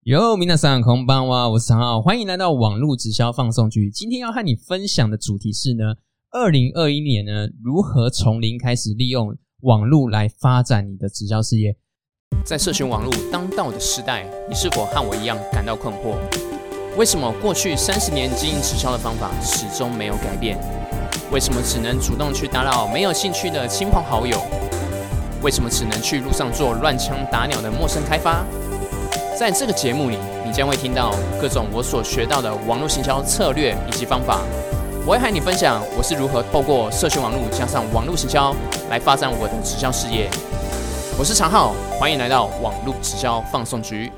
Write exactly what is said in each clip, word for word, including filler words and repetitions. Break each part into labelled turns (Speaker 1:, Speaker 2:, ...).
Speaker 1: 哟，皆さんこんばんは，我是常浩，欢迎来到网络直销放送局。今天要和你分享的主题是呢，二零二一年呢，如何从零开始利用网络来发展你的直销事业。
Speaker 2: 在社群网络当道的时代，你是否和我一样感到困惑？为什么过去三十年经营直销的方法始终没有改变？为什么只能主动去打扰没有兴趣的亲朋好友？为什么只能去路上做乱枪打鸟的陌生开发？在这个节目里，你将会听到各种我所学到的网络行销策略以及方法。我会和你分享我是如何透过社群网络加上网络行销来发展我的直销事业。我是常浩，欢迎来到网络直销放送局。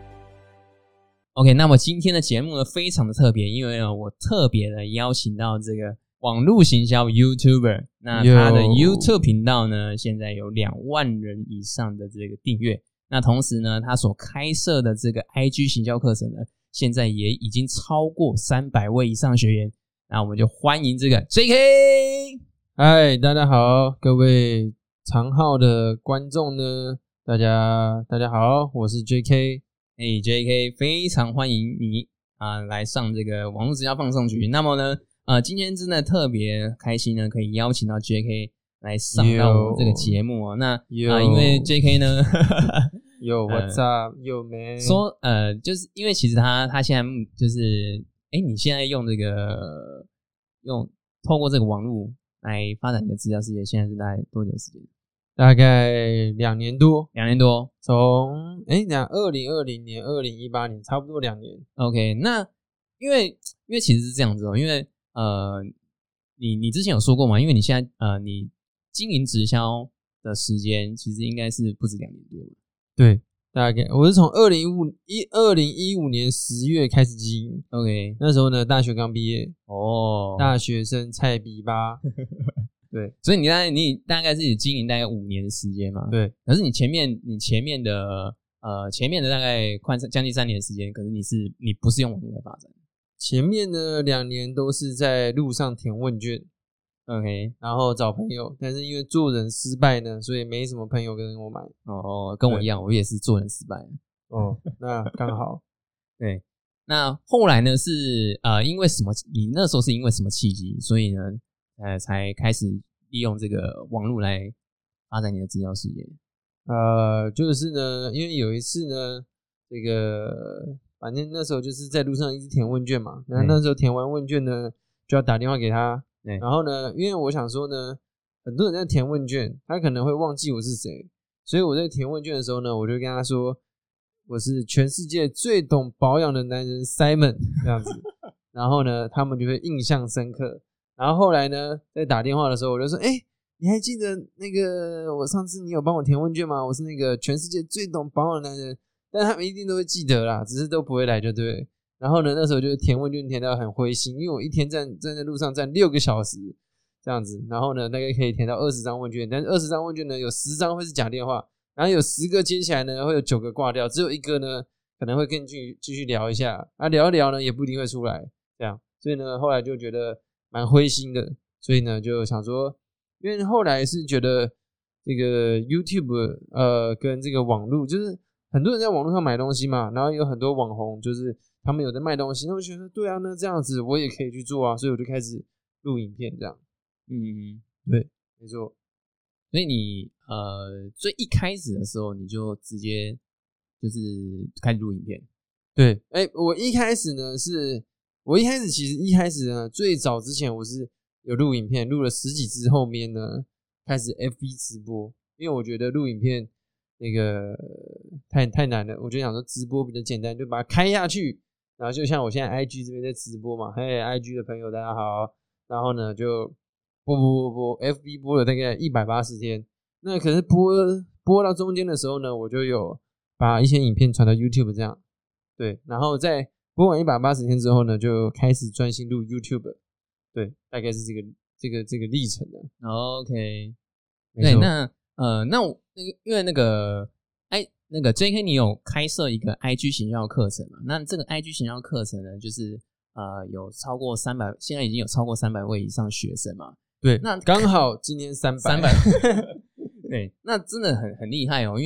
Speaker 1: OK， 那么今天的节目呢非常的特别，因为呢我特别的邀请到这个网络行销 YouTuber， 那他的 YouTube 频道呢现在有两万人以上的这个订阅。那同时呢，他所开设的这个 I G 行销课程呢，现在也已经超过三百位以上学员。那我们就欢迎这个 J K。
Speaker 3: 嗨，大家好，各位常浩的观众呢，大家大家好，我是 J K。
Speaker 1: 哎 ，J K， 非常欢迎你啊、呃、来上这个网络直销放送局。那么呢，呃，今天真的特别开心呢，可以邀请到 J K。来上到我们这个节目哦，那啊、呃，因为 J K 呢
Speaker 3: ，Yo what's up，Yo man，
Speaker 1: 说呃，就是因为其实他他现在就是，哎，你现在用这个用透过这个网络来发展你的直销事业，现在是大概多久时间？
Speaker 3: 大概两年多，
Speaker 1: 两年多，
Speaker 3: 从哎两二零二零年、二零一八年，差不多两年。
Speaker 1: OK， 那因为因为其实是这样子哦，因为呃，你你之前有说过嘛，因为你现在呃你。经营直销的时间其实应该是不止两年多了。
Speaker 3: 对，大概我是从二零一五年十月开始经营。
Speaker 1: OK，
Speaker 3: 那时候呢，大学刚毕业
Speaker 1: 哦，
Speaker 3: 大学生菜比吧。对，
Speaker 1: 所以你大概你大概是经营大概五年的时间嘛。
Speaker 3: 对，
Speaker 1: 可是你前面你前面的呃前面的大概快将近三年的时间，可是你是你不是用网络来发展。
Speaker 3: 前面呢两年都是在路上填问卷。
Speaker 1: OK，
Speaker 3: 然后找朋友，但是因为做人失败呢，所以没什么朋友跟我买。
Speaker 1: 哦，跟我一样，我也是做人失败。
Speaker 3: 哦，那刚好。
Speaker 1: 对，那后来呢是呃，因为什么？你那时候是因为什么契机？所以呢，呃，才开始利用这个网络来发展你的直销事业。
Speaker 3: 呃，就是呢，因为有一次呢，这个反正那时候就是在路上一直填问卷嘛，然后那时候填完问卷呢，就要打电话给他。然后呢，因为我想说呢，很多人在填问卷，他可能会忘记我是谁，所以我在填问卷的时候呢，我就跟他说，我是全世界最懂保养的男人 Simon 这样子。然后呢，他们就会印象深刻。然后后来呢，在打电话的时候，我就说，哎，你还记得那个我上次你有帮我填问卷吗？我是那个全世界最懂保养的男人。但他们一定都会记得啦，只是都不会来就对了。然后呢，那时候就填问卷填到很灰心，因为我一天站站在路上站六个小时这样子，然后呢，大概可以填到二十张问卷，但是二十张问卷呢，有十张会是假电话，然后有十个接起来呢，会有九个挂掉，只有一个呢可能会跟你继续继续聊一下，啊，聊一聊呢也不一定会出来，这样，所以呢，后来就觉得蛮灰心的，所以呢就想说，因为后来是觉得这个 YouTube 呃跟这个网络，就是很多人在网络上买东西嘛，然后有很多网红就是。他们有在卖东西，那我觉得对啊，那这样子我也可以去做啊，所以我就开始录影片这样。
Speaker 1: 嗯，
Speaker 3: 对，没错。
Speaker 1: 所以你呃最一开始的时候，你就直接就是开始录影片。
Speaker 3: 对，哎、欸，我一开始呢是，我一开始其实一开始呢最早之前我是有录影片，录了十几支，后面呢开始 F B 直播，因为我觉得录影片那个太太难了，我就想说直播比较简单，就把它开下去。然后就像我现在 I G 这边在直播嘛，嘿 I G 的朋友大家好，然后呢就播播播播 F B 播了大概一百八十天，那可是播播到中间的时候呢，我就有把一些影片传到 YouTube 这样，对，然后在播完一百八十天之后呢，就开始专心录 YouTube， 对，大概是这个这个这个历程的。
Speaker 1: OK， 对，那呃那我因为那个哎。那个 J K 你有开设一个 I G 行销课程嘛？那这个 I G 行销课程呢，就是呃有超过三百，现在已经有超过三百位以上学生嘛。
Speaker 3: 对，
Speaker 1: 那
Speaker 3: 刚好今年三百，
Speaker 1: 三百，对，那真的很很厉害哦。因为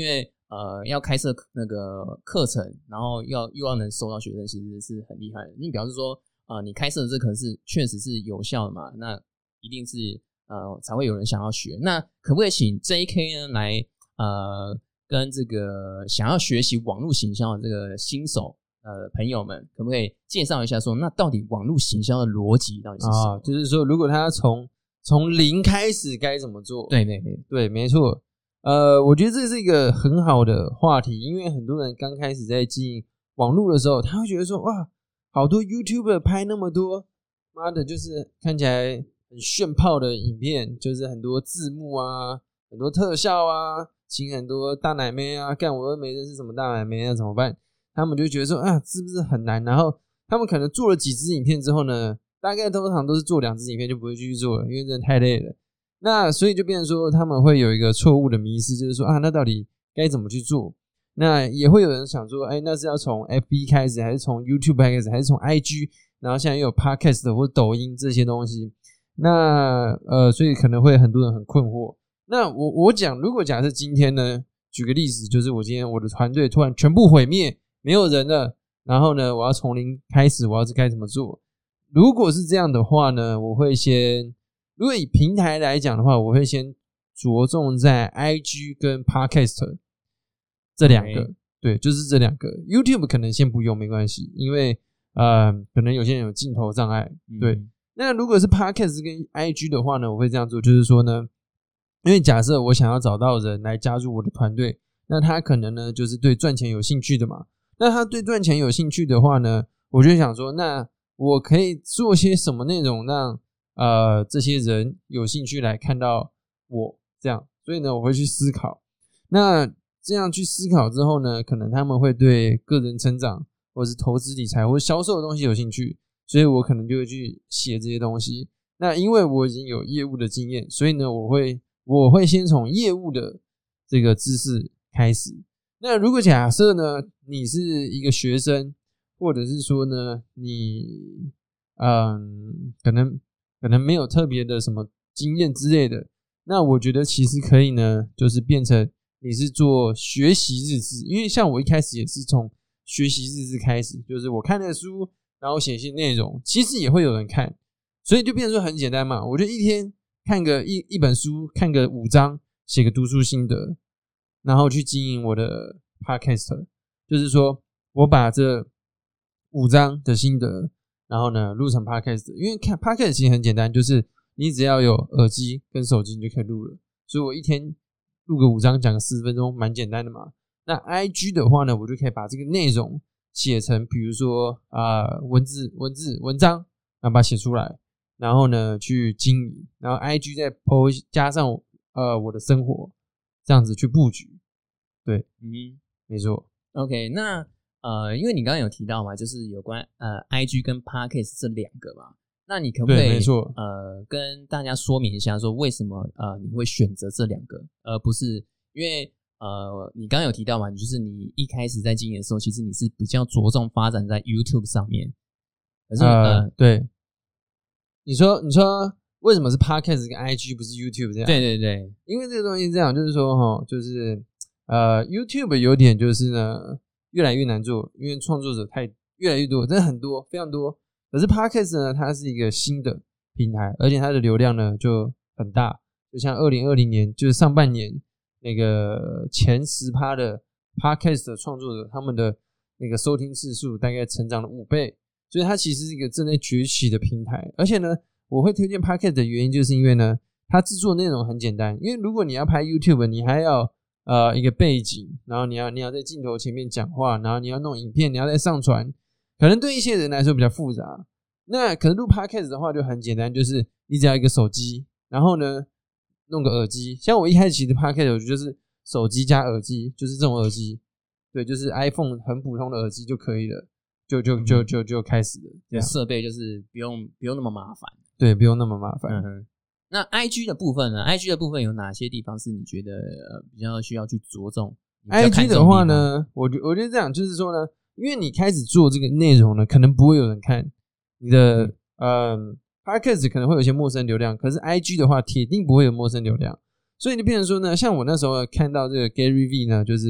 Speaker 1: 呃要开设那个课程，然后要又要能收到学生，其实是很厉害的。因为表示说，呃，你开设的这可能是确实是有效的嘛，那一定是呃才会有人想要学。那可不可以请 J K 呢来呃跟这个想要学习网络行销的这个新手呃朋友们，可不可以介绍一下说，那到底网络行销的逻辑到底是什么？
Speaker 3: 啊，就是说，如果他从从零开始该怎么做？
Speaker 1: 对对对
Speaker 3: 对，没错。呃，我觉得这是一个很好的话题，因为很多人刚开始在经营网络的时候，他会觉得说，哇，好多 YouTuber 拍那么多，妈的，就是看起来很炫炮的影片，就是很多字幕啊，很多特效啊，请很多大奶妹啊，干我又没认识什么大奶妹，那怎么办？他们就觉得说，啊，是不是很难？然后他们可能做了几支影片之后呢，大概通常都是做两支影片就不会继续做了，因为真的太累了。那所以就变成说他们会有一个错误的迷思，就是说啊，那到底该怎么去做？那也会有人想说，哎，那是要从 F B 开始，还是从 YouTube 开始，还是从 I G？ 然后现在又有 Podcast 或抖音这些东西，那呃，所以可能会很多人很困惑。那我我讲，如果假设今天呢，举个例子，就是我今天我的团队突然全部毁灭，没有人了，然后呢，我要从零开始，我要是该怎么做？如果是这样的话呢，我会先。如果以平台来讲的话，我会先着重在 I G 跟 Podcast 这两个， okay. 对，就是这两个。YouTube 可能先不用，没关系，因为呃，可能有些人有镜头障碍，对。嗯、那如果是 Podcast 跟 I G 的话呢，我会这样做，就是说呢，因为假设我想要找到人来加入我的团队，那他可能呢就是对赚钱有兴趣的嘛。那他对赚钱有兴趣的话呢，我就想说，那我可以做些什么内容让呃，这些人有兴趣来看到我这样，所以呢，我会去思考。那这样去思考之后呢，可能他们会对个人成长，或是投资理财，或是销售的东西有兴趣，所以我可能就会去写这些东西。那因为我已经有业务的经验，所以呢，我会我会先从业务的这个知识开始。那如果假设呢，你是一个学生，或者是说呢，你嗯，可能。可能没有特别的什么经验之类的，那我觉得其实可以呢，就是变成你是做学习日志，因为像我一开始也是从学习日志开始，就是我看那个书，然后写一些内容，其实也会有人看，所以就变成说很简单嘛，我就一天看个一一本书，看个五章，写个读书心得，然后去经营我的 podcast， 就是说我把这五章的心得。然后呢，录成 podcast， 因为看 podcast 其实很简单，就是你只要有耳机跟手机，你就可以录了。所以我一天录个五章，讲个四十分钟，蛮简单的嘛。那 I G 的话呢，我就可以把这个内容写成，比如说啊、呃，文字、文字、文章，然后把它写出来，然后呢去经营，然后 I G 再 po 加上呃我的生活，这样子去布局。对，嗯，没错。
Speaker 1: OK， 那。呃，因为你刚刚有提到嘛，就是有关呃 I G 跟 Podcast 这两个嘛，那你可不可以
Speaker 3: 没错
Speaker 1: 呃跟大家说明一下，说为什么呃你会选择这两个，而不是因为呃你刚刚有提到嘛，就是你一开始在经营的时候，其实你是比较着重发展在 YouTube 上面，可是
Speaker 3: 呃, 呃对，你说你说为什么是 Podcast 跟 I G 不是 YouTube 这样？
Speaker 1: 对对对，
Speaker 3: 因为这个东西这样，就是说齁，就是呃 YouTube 有点就是呢。越来越难做，因为创作者太越来越多，真的很多，非常多。可是 Podcast 呢，它是一个新的平台，而且它的流量呢就很大。就像二零二零年，就是上半年那个前 百分之十 的 Podcast 的创作者，他们的那个收听次数大概成长了五倍，所以它其实是一个正在崛起的平台。而且呢，我会推荐 Podcast 的原因，就是因为呢，它制作内容很简单。因为如果你要拍 YouTube， 你还要呃，一个背景，然后你要你要在镜头前面讲话，然后你要弄影片，你要再上传，可能对一些人来说比较复杂。那可能录 podcast 的话就很简单，就是你只要一个手机，然后呢弄个耳机。像我一开始其实 podcast 我就是手机加耳机，就是这种耳机，对，就是 iPhone 很普通的耳机就可以了，就就就就就开始了。
Speaker 1: 这设备就是不用不用那么麻烦，
Speaker 3: 对，不用那么麻烦。
Speaker 1: 嗯哼。那 I G 的部分呢 ？I G 的部分有哪些地方是你觉得呃比较需要去着重
Speaker 3: ？I G 的话呢，我觉我觉得这样，就是说呢，因为你开始做这个内容呢，可能不会有人看你的，嗯 ，Podcast 可能会有一些陌生流量，可是 I G 的话，铁定不会有陌生流量。所以就变成说呢，像我那时候看到这个 Gary V 呢，就是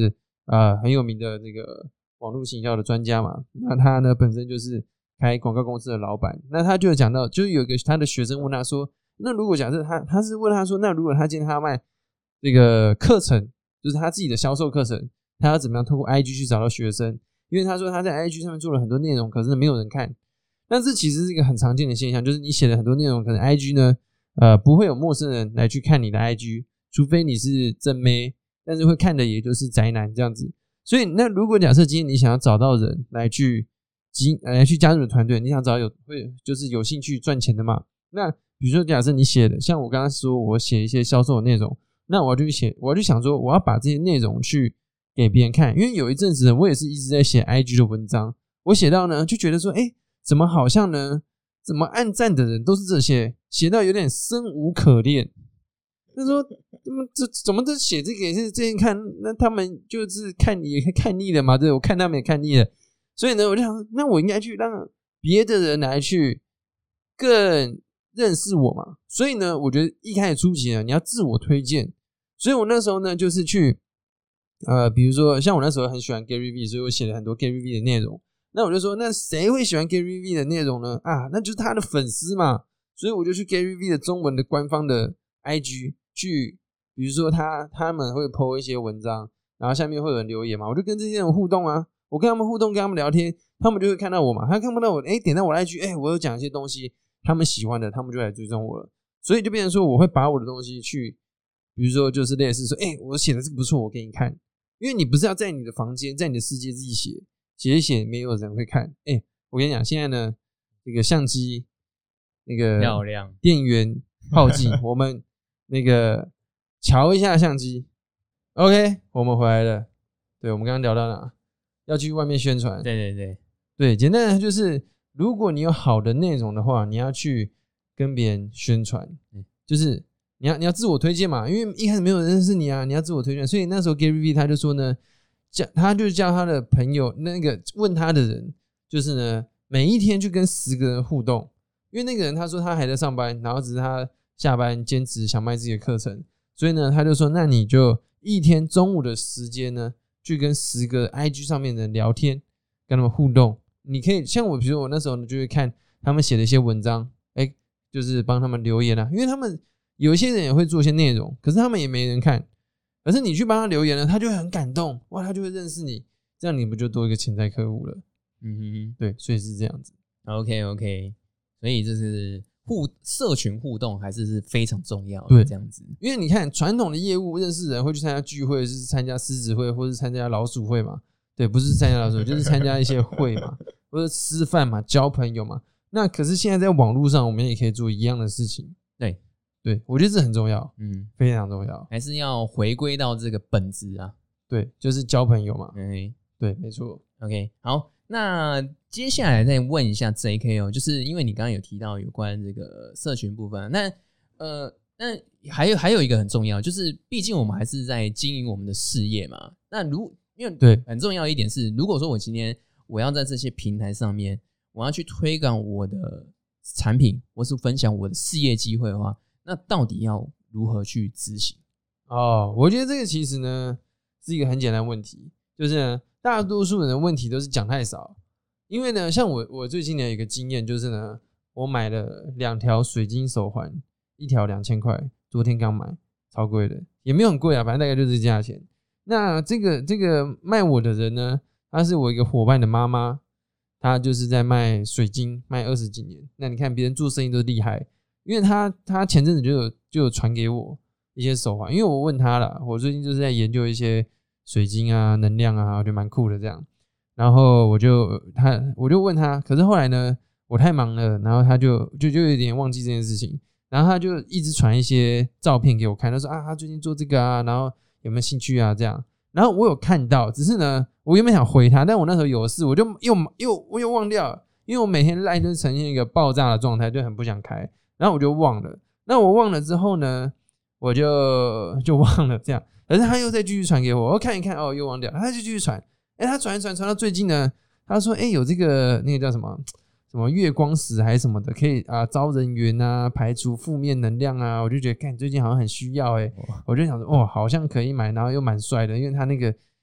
Speaker 3: 呃很有名的这个网络行销的专家嘛，那他呢本身就是开广告公司的老板，那他就有讲到，就是有一个他的学生问他说，那如果假设他他是问他说，那如果他今天他要卖这个课程，就是他自己的销售课程，他要怎么样透过 I G 去找到学生？因为他说他在 I G 上面做了很多内容，可是没有人看。但这其实是一个很常见的现象，就是你写了很多内容，可能 I G 呢，呃，不会有陌生人来去看你的 I G， 除非你是正妹，但是会看的也就是宅男这样子。所以，那如果假设今天你想要找到人来去进来去加入你的团队，你想找有会就是有兴趣赚钱的嘛？那比如说假设你写的，像我刚刚说我写一些销售的内容，那我要去写，我要去想说我要把这些内容去给别人看，因为有一阵子呢，我也是一直在写 I G 的文章，我写到呢就觉得说，诶，怎么好像呢，怎么按赞的人都是这些，写到有点生无可恋。他说怎么这怎么这写这个也是这样看，那他们就是看也看腻了嘛，对，我看他们也看腻了，所以呢，我就想，那我应该去让别的人来去更认识我嘛。所以呢，我觉得一开始初期呢，你要自我推荐。所以我那时候呢，就是去呃，比如说像我那时候很喜欢 Gary V， 所以我写了很多 Gary V 的内容。那我就说，那谁会喜欢 Gary V 的内容呢？啊，那就是他的粉丝嘛。所以我就去 Gary V 的中文的官方的 I G 去，比如说他他们会 po 一些文章，然后下面会有人留言嘛，我就跟这些人互动啊，我跟他们互动，跟他们聊天，他们就会看到我嘛。他看不到我，诶，点到我的 I G， 诶，我有讲一些东西，他们喜欢的，他们就来追踪我了。所以就变成说，我会把我的东西去，比如说就是类似说，诶，我写的这个不错，我给你看。因为你不是要在你的房间，在你的世界自己写，写一写没有人会看。诶，我跟你讲，现在呢，这个相机那个
Speaker 1: 漂亮
Speaker 3: 电源耗尽，我们那个瞧一下相机。OK， 我们回来了。对，我们刚刚聊到哪？要去外面宣传。
Speaker 1: 对对对
Speaker 3: 对，简单的就是，如果你有好的内容的话，你要去跟别人宣传，
Speaker 1: 嗯、
Speaker 3: 就是你要你要自我推荐嘛，因为一开始没有人认识你啊，你要自我推荐。所以那时候 Gary V 他就说呢，叫他就叫他的朋友那个问他的人，就是呢每一天去跟十个人互动，因为那个人他说他还在上班，然后只是他下班兼职想卖自己的课程，所以呢他就说，那你就一天中午的时间呢，去跟十个 I G 上面的人聊天，跟他们互动。你可以像我，比如说我那时候呢，就会看他们写的一些文章，哎、欸，就是帮他们留言啊，因为他们有一些人也会做一些内容，可是他们也没人看，可是你去帮他留言了，他就会很感动，哇，他就会认识你，这样你不就多一个潜在客户了？
Speaker 1: 嗯哼，
Speaker 3: 对，所以是这样子。
Speaker 1: OK OK， 所以这是互社群互动还是是非常重要的，
Speaker 3: 对，
Speaker 1: 这样子。
Speaker 3: 因为你看传统的业务认识人会去参加聚会，是参加狮子会或是参加老鼠会嘛？对，不是参加老鼠会，就是参加一些会嘛，或者吃饭嘛，交朋友嘛。那可是现在在网络上，我们也可以做一样的事情。
Speaker 1: 对，
Speaker 3: 对，我觉得这很重要，
Speaker 1: 嗯，
Speaker 3: 非常重要，
Speaker 1: 还是要回归到这个本质啊。
Speaker 3: 对，就是交朋友嘛。
Speaker 1: 嗯，
Speaker 3: 对，没错。
Speaker 1: OK， 好，那接下来再问一下 J K 哦，就是因为你刚刚有提到有关这个社群部分，那呃，那还有还有一个很重要，就是毕竟我们还是在经营我们的事业嘛。那如因为对很重要一点是，如果说我今天我要在这些平台上面，我要去推广我的产品，或是分享我的事业机会的话，那到底要如何去执行？
Speaker 3: 哦，我觉得这个其实呢是一个很简单的问题，就是呢大多数人的问题都是讲太少。因为呢，像我我最近的一个经验就是呢，我买了两条水晶手环，一条两千块，昨天刚买，超贵的，也没有很贵啊，反正大概就是这价钱。那这个这个卖我的人呢，他是我一个伙伴的妈妈，她就是在卖水晶，卖二十几年。那你看别人做生意都厉害，因为他他前阵子就有就有传给我一些手环，因为我问他了，我最近就是在研究一些水晶啊、能量啊，我觉得蛮酷的这样。然后我就他我就问他，可是后来呢，我太忙了，然后他就就就有点忘记这件事情，然后他就一直传一些照片给我看，他说啊，他最近做这个啊，然后有没有兴趣啊这样。然后我有看到，只是呢，我原本想回他，但我那时候有事，我就又又我又忘掉了，因为我每天 LINE 都呈现一个爆炸的状态，就很不想开，然后我就忘了。那我忘了之后呢，我就就忘了这样，可是他又再继续传给我，我看一看哦，又忘掉，他就继续传。哎，他传一传传到最近呢，他说：“哎，有这个那个叫什么什么月光石还是什么的，可以啊招人缘啊，排除负面能量啊。”我就觉得，看最近好像很需要哎、欸，我就想说，哦，好像可以买，然后又蛮帅的，因为他那个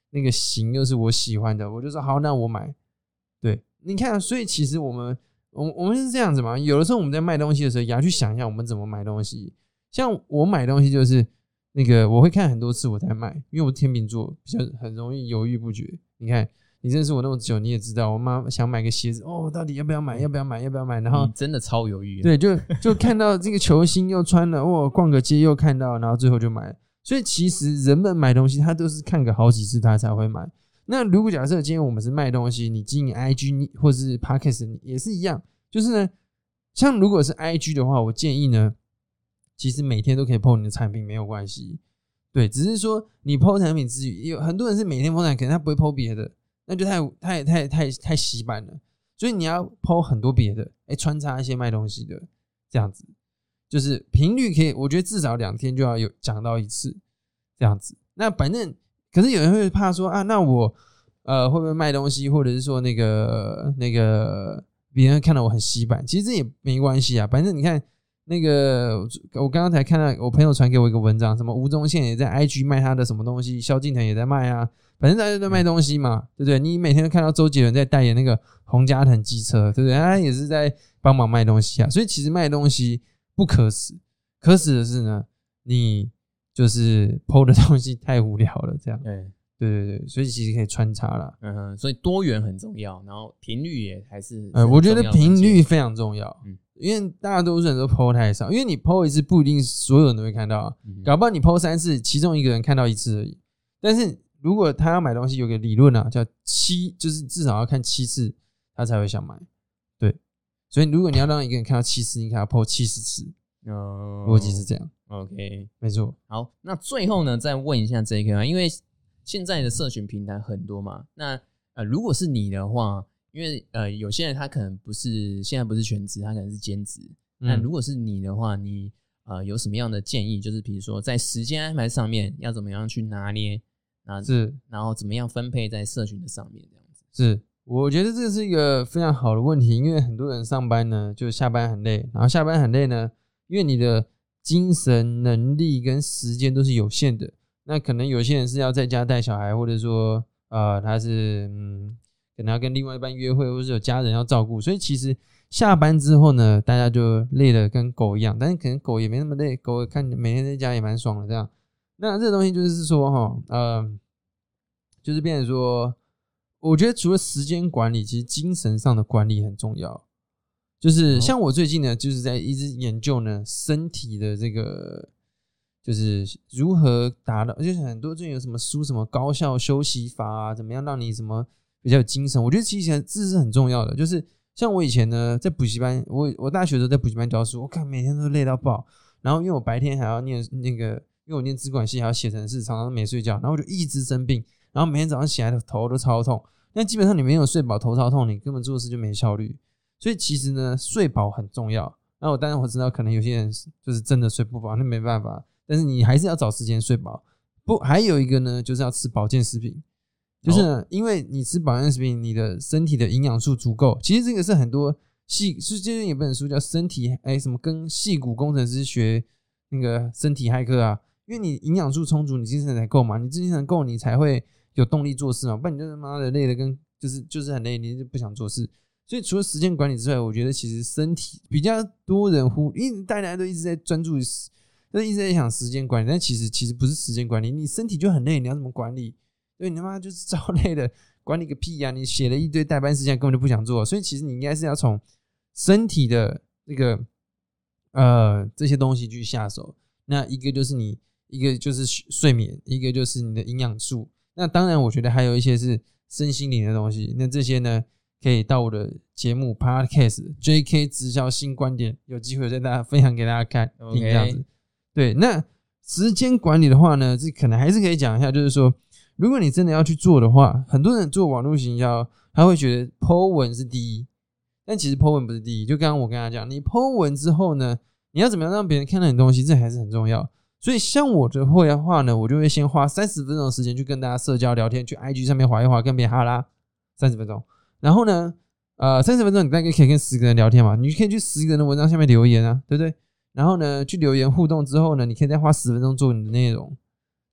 Speaker 3: 那个型又是我喜欢的，我就说好，那我买。对，你看，所以其实我们我我们是这样子嘛。有的时候我们在卖东西的时候，也要去想一下我们怎么买东西。像我买东西就是那个，我会看很多次我才买，因为我天秤座比较很容易犹豫不决。你看，你认识我那么久，你也知道，我妈想买个鞋子，哦，到底要不要买？要不要买？要不要买？然后
Speaker 1: 你真的超犹豫。
Speaker 3: 对，就就看到这个球星又穿了，哦，逛个街又看到，然后最后就买了。所以其实人们买东西，他都是看个好几次他才会买。那如果假设今天我们是卖东西，你经营 I G 或是 Podcast 也是一样，就是呢，像如果是 I G 的话，我建议呢，其实每天都可以 po 你的产品没有关系，对，只是说你 po 产品之余，有很多人是每天 po 产品，可能他不会 po 别的，那就太太太太太洗版了，所以你要 po 很多别的，哎、欸，穿插一些卖东西的，这样子，就是频率可以，我觉得至少两天就要有讲到一次，这样子，那反正。可是有人会怕说啊，那我呃会不会卖东西，或者是说那个那个别人看到我很洗版，其实这也没关系啊。反正你看那个，我刚刚才看到我朋友传给我一个文章，什么吴宗宪也在 I G 卖他的什么东西，萧敬腾也在卖啊，反正大家都在卖东西嘛，对不对？你每天都看到周杰伦在代言那个洪嘉腾机车，对不对？他也是在帮忙卖东西啊。所以其实卖东西不可耻，可耻的是呢，你。就是 po 的东西太无聊了，这样。对对对对，所以其实可以穿插啦。
Speaker 1: 嗯哼，所以多元很重要，然后频率也还是。
Speaker 3: 呃，我觉得频率非常重要，嗯，因为大多数人都 po 太少，因为你 po 一次不一定所有人都会看到，嗯、搞不好你 po 三次，其中一个人看到一次而已。但是如果他要买东西，有个理论啊，叫七，就是至少要看七次，他才会想买。对，所以如果你要让一个人看到七次，你给他 po 七十次。哦，逻辑是这样。
Speaker 1: OK，
Speaker 3: 没错。
Speaker 1: 好，那最后呢，再问一下这个啊，因为现在的社群平台很多嘛，那呃，如果是你的话，因为呃，有些人他可能不是现在不是全职，他可能是兼职。那、嗯、如果是你的话，你呃有什么样的建议？就是比如说在时间安排上面要怎么样去拿捏啊？是，然后怎么样分配在社群的上面这样子？
Speaker 3: 是，我觉得这是一个非常好的问题，因为很多人上班呢，就下班很累，然后下班很累呢。因为你的精神能力跟时间都是有限的，那可能有些人是要在家带小孩，或者说呃他是嗯可能要跟另外一半约会，或是有家人要照顾，所以其实下班之后呢，大家就累得跟狗一样，但是可能狗也没那么累，狗看每天在家也蛮爽的这样。那这个东西就是说齁呃就是变成说，我觉得除了时间管理，其实精神上的管理很重要。就是像我最近呢，就是在一直研究呢身体的这个，就是如何达到，就是很多最近有什么书，什么高效休息法啊，怎么样让你什么比较有精神。我觉得其实这是很重要的。就是像我以前呢，在补习班，我我大学的时候在补习班教书，我看每天都累到爆。然后因为我白天还要念那个，因为我念资管系还要写程式，常常没睡觉，然后我就一直生病，然后每天早上起来的头都超痛。那基本上你没有睡饱，头超痛，你根本做事就没效率。所以其实呢，睡饱很重要。那我当然我知道，可能有些人就是真的睡不饱，那没办法。但是你还是要找时间睡饱。不，还有一个呢，就是要吃保健食品。就是呢，因为你吃保健食品，你的身体的营养素足够。其实这个是很多细，是最近有本书叫《身体》，哎，什么跟矽谷工程师学那个身体骇客啊？因为你营养素充足，你精神才够嘛。你精神够，你才会有动力做事嘛。不然你就是妈的累的跟就是就是很累，你就不想做事。所以除了时间管理之外，我觉得其实身体比较多人忽，因为大家都一直在专注，就一直在想时间管理，但其实其实不是时间管理，你身体就很累，你要怎么管理？对，你他妈就是超累的，管理个屁呀、啊！你写了一堆代办事项，根本就不想做，所以其实你应该是要从身体的这个呃这些东西去下手。那一个就是你，一个就是睡眠，一个就是你的营养素。那当然，我觉得还有一些是身心灵的东西。那这些呢？可以到我的节目 Podcast J K 直销新观点，有机会再大家分享给大家看听这样子。对，那时间管理的话呢，这可能还是可以讲一下，就是说，如果你真的要去做的话，很多人做网络行销，他会觉得 po 文是第一，但其实 po 文不是第一。就刚刚我跟他讲，你 po 文之后呢，你要怎么样让别人看到你的东西，这还是很重要。所以像我的会的话呢，我就会先花三十分钟的时间去跟大家社交聊天，去 I G 上面滑一滑，跟别人哈拉三十分钟。然后呢，呃，三十分钟你大概可以跟十个人聊天嘛，你可以去十个人的文章下面留言啊，对不对？然后呢，去留言互动之后呢，你可以再花十分钟做你的内容。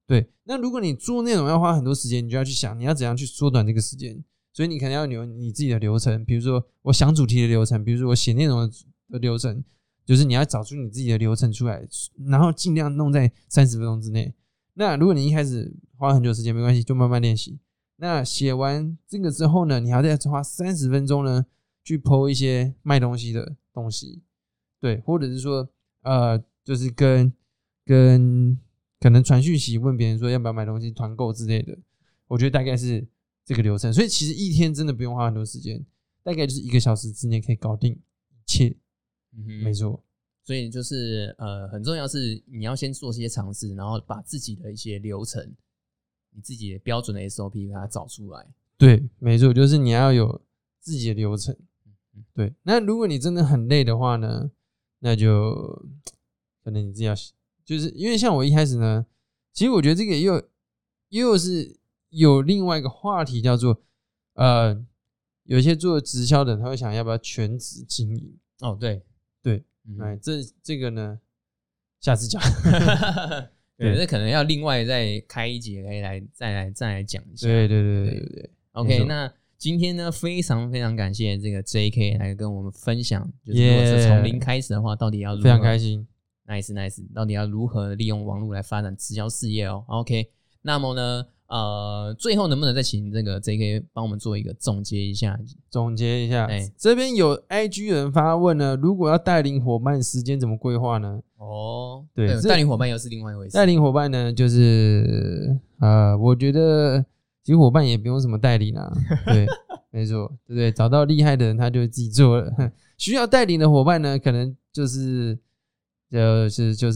Speaker 3: 对，那如果你做内容要花很多时间，你就要去想你要怎样去缩短这个时间，所以你可能要有你自己的流程，比如说我想主题的流程，比如说我写内容的流程，就是你要找出你自己的流程出来，然后尽量弄在三十分钟之内。那如果你一开始花很久时间没关系，就慢慢练习。那写完这个之后呢，你还要再花三十分钟呢去 po 一些卖东西的东西，对，或者是说呃，就是跟跟可能传讯息问别人说要不要买东西团购之类的，我觉得大概是这个流程。所以其实一天真的不用花很多时间，大概就是一个小时之内可以搞定一切。嗯，没错。
Speaker 1: 所以就是呃，很重要是你要先做这些尝试，然后把自己的一些流程、你自己的标准的 S O P 把它找出来。
Speaker 3: 对，没错，就是你要有自己的流程。对，那如果你真的很累的话呢，那就可能你自己要，就是因为像我一开始呢，其实我觉得这个又又是有另外一个话题叫做呃，有一些做直销的人他会想要不要全职经营。
Speaker 1: 哦，对
Speaker 3: 对。哎，这这个呢，下次讲。
Speaker 1: 对，这可能要另外再开一节，可以来再来再来讲一下。
Speaker 3: 对对对对对对。
Speaker 1: OK， 那今天呢，非常非常感谢这个 J K 来跟我们分享，就是如果是从零开始的话，到底要如何
Speaker 3: 非常开心
Speaker 1: ，nice nice， 到底要如何利用网络来发展直销事业哦。OK， 那么呢？呃，最后能不能再请这个 J K 帮我们做一个总结一下？
Speaker 3: 总结一下，欸、这边有 I G 人发问呢，如果要带领伙伴，时间怎么规划呢？
Speaker 1: 哦，对，带领伙伴又是另外一回事。
Speaker 3: 带领伙伴呢，就是呃，我觉得其实伙伴也不用什么带领啊，对，没错，对不对？找到厉害的人，他就会自己做了。需要带领的伙伴呢，可能就是就是就是，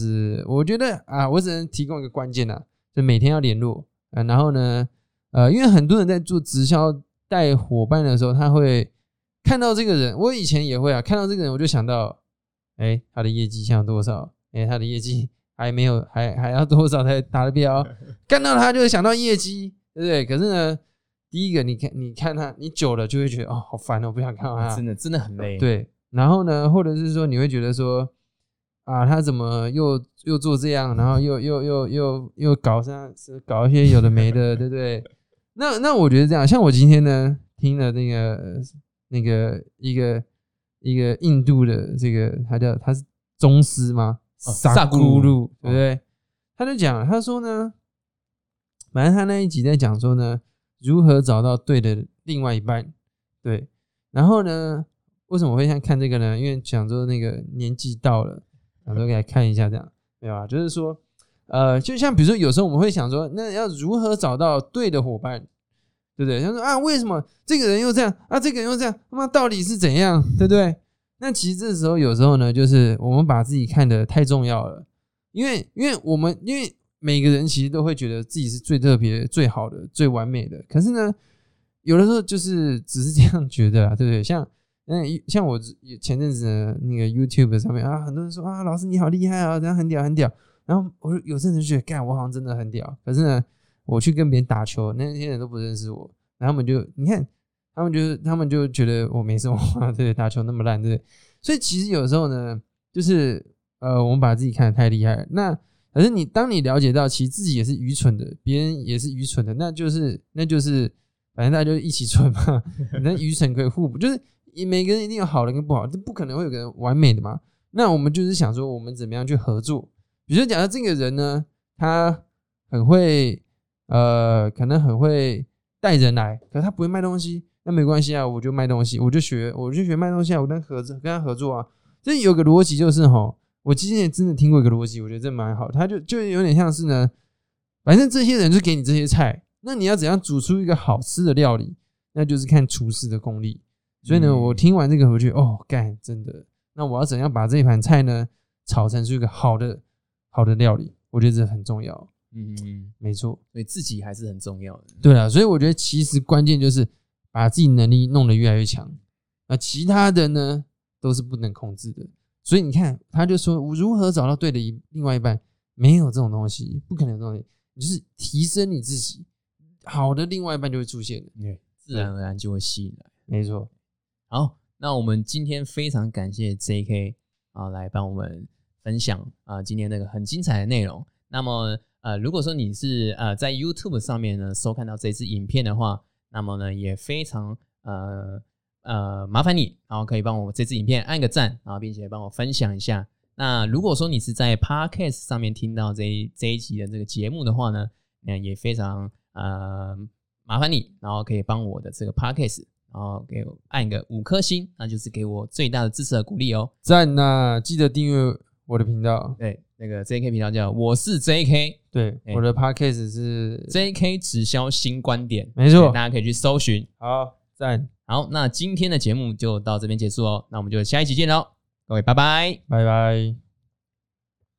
Speaker 3: 我觉得啊，我只能提供一个关键啊，就每天要联络。啊，然后呢，呃，因为很多人在做直销带伙伴的时候，他会看到这个人，我以前也会啊，看到这个人我就想到，哎，他的业绩像多少？哎，他的业绩还没有，还还要多少才达得标？看到他就会想到业绩，对不对？可是呢，第一个你看，你看他，你久了就会觉得哦，好烦哦，我不想看到他，
Speaker 1: 真的真的很累。
Speaker 3: 对，然后呢，或者是说你会觉得说。啊，他怎么又又做这样，然后又又又又又搞上搞一些有的没的，对不对？那那我觉得这样，像我今天呢听了那个那个一个一个印度的这个，他叫他是宗师吗？
Speaker 1: 哦、萨咕噜，
Speaker 3: 对不对？哦、他就讲，他说呢，反正他那一集在讲说呢，如何找到对的另外一半，对。然后呢，为什么我会想看这个呢？因为讲说那个年纪到了。然后给来看一下，这样没有啊？就是说，呃，就像比如说，有时候我们会想说，那要如何找到对的伙伴，对不对？他说啊，为什么这个人又这样啊，这个人又这样，他妈到底是怎样，对不对？那其实这时候有时候呢，就是我们把自己看得太重要了，因为因为我们因为每个人其实都会觉得自己是最特别、最好的、最完美的，可是呢，有的时候就是只是这样觉得啊，对不对？像。那像我前阵子那个 YouTube 上面啊，很多人说啊，老师你好厉害啊，这样很屌很屌。然后我有阵子就觉得，干我好像真的很屌。可是呢，我去跟别人打球，那些人都不认识我，然后他们就你看，他们就他们就觉得我没什么话，对，打球那么烂，对不对？所以其实有时候呢，就是呃，我们把自己看得太厉害了。那可是你当你了解到，其实自己也是愚蠢的，别人也是愚蠢的，那就是那就是反正大家就一起蠢嘛，那愚蠢可以互补，就是。每个人一定有好的跟不好，这不可能会有个人完美的嘛。那我们就是想说，我们怎么样去合作？比如说，假设这个人呢，他很会，呃，可能很会带人来，可是他不会卖东西，那没关系啊，我就卖东西，我就学，我就学卖东西啊，我跟合作跟他合作啊。这有个逻辑就是齁，我之前也真的听过一个逻辑，我觉得这蛮好，他就就有点像是呢，反正这些人就给你这些菜，那你要怎样煮出一个好吃的料理，那就是看厨师的功力。所以呢，我听完这个，我觉得哦，干，真的。那我要怎样把这一盘菜呢炒成是一个好的、好的料理？我觉得这很重要。嗯，没错。
Speaker 1: 所以自己还是很重要的。
Speaker 3: 对啦，所以我觉得其实关键就是把自己能力弄得越来越强，那其他的呢都是不能控制的。所以你看，他就说如何找到对的一另外一半，没有这种东西，不可能有这种东西，你就是提升你自己，好的另外一半就会出现了，
Speaker 1: 对，自然而然就会吸引来。
Speaker 3: 没错。
Speaker 1: 好，那我们今天非常感谢 J K 啊，来帮我们分享啊今天那个很精彩的内容。那么呃，如果说你是呃在 YouTube 上面呢收看到这支影片的话，那么呢也非常呃呃麻烦你，然后可以帮我这支影片按个赞，然后并且帮我分享一下。那如果说你是在 Podcast 上面听到这一这一集的这个节目的话呢，嗯，也非常呃麻烦你，然后可以帮我的这个 Podcast， 然后给我按个五颗星，那就是给我最大的支持和鼓励哦。
Speaker 3: 赞呐、啊！记得订阅我的频道。
Speaker 1: 对，那个 J K 频道叫我是 J K，
Speaker 3: 对，欸、我的 Podcast 是
Speaker 1: J K 直销新观点，
Speaker 3: 没错，
Speaker 1: 大家可以去搜寻。
Speaker 3: 好，赞。
Speaker 1: 好，那今天的节目就到这边结束哦，那我们就下一期见喽，各位拜拜，
Speaker 3: 拜拜。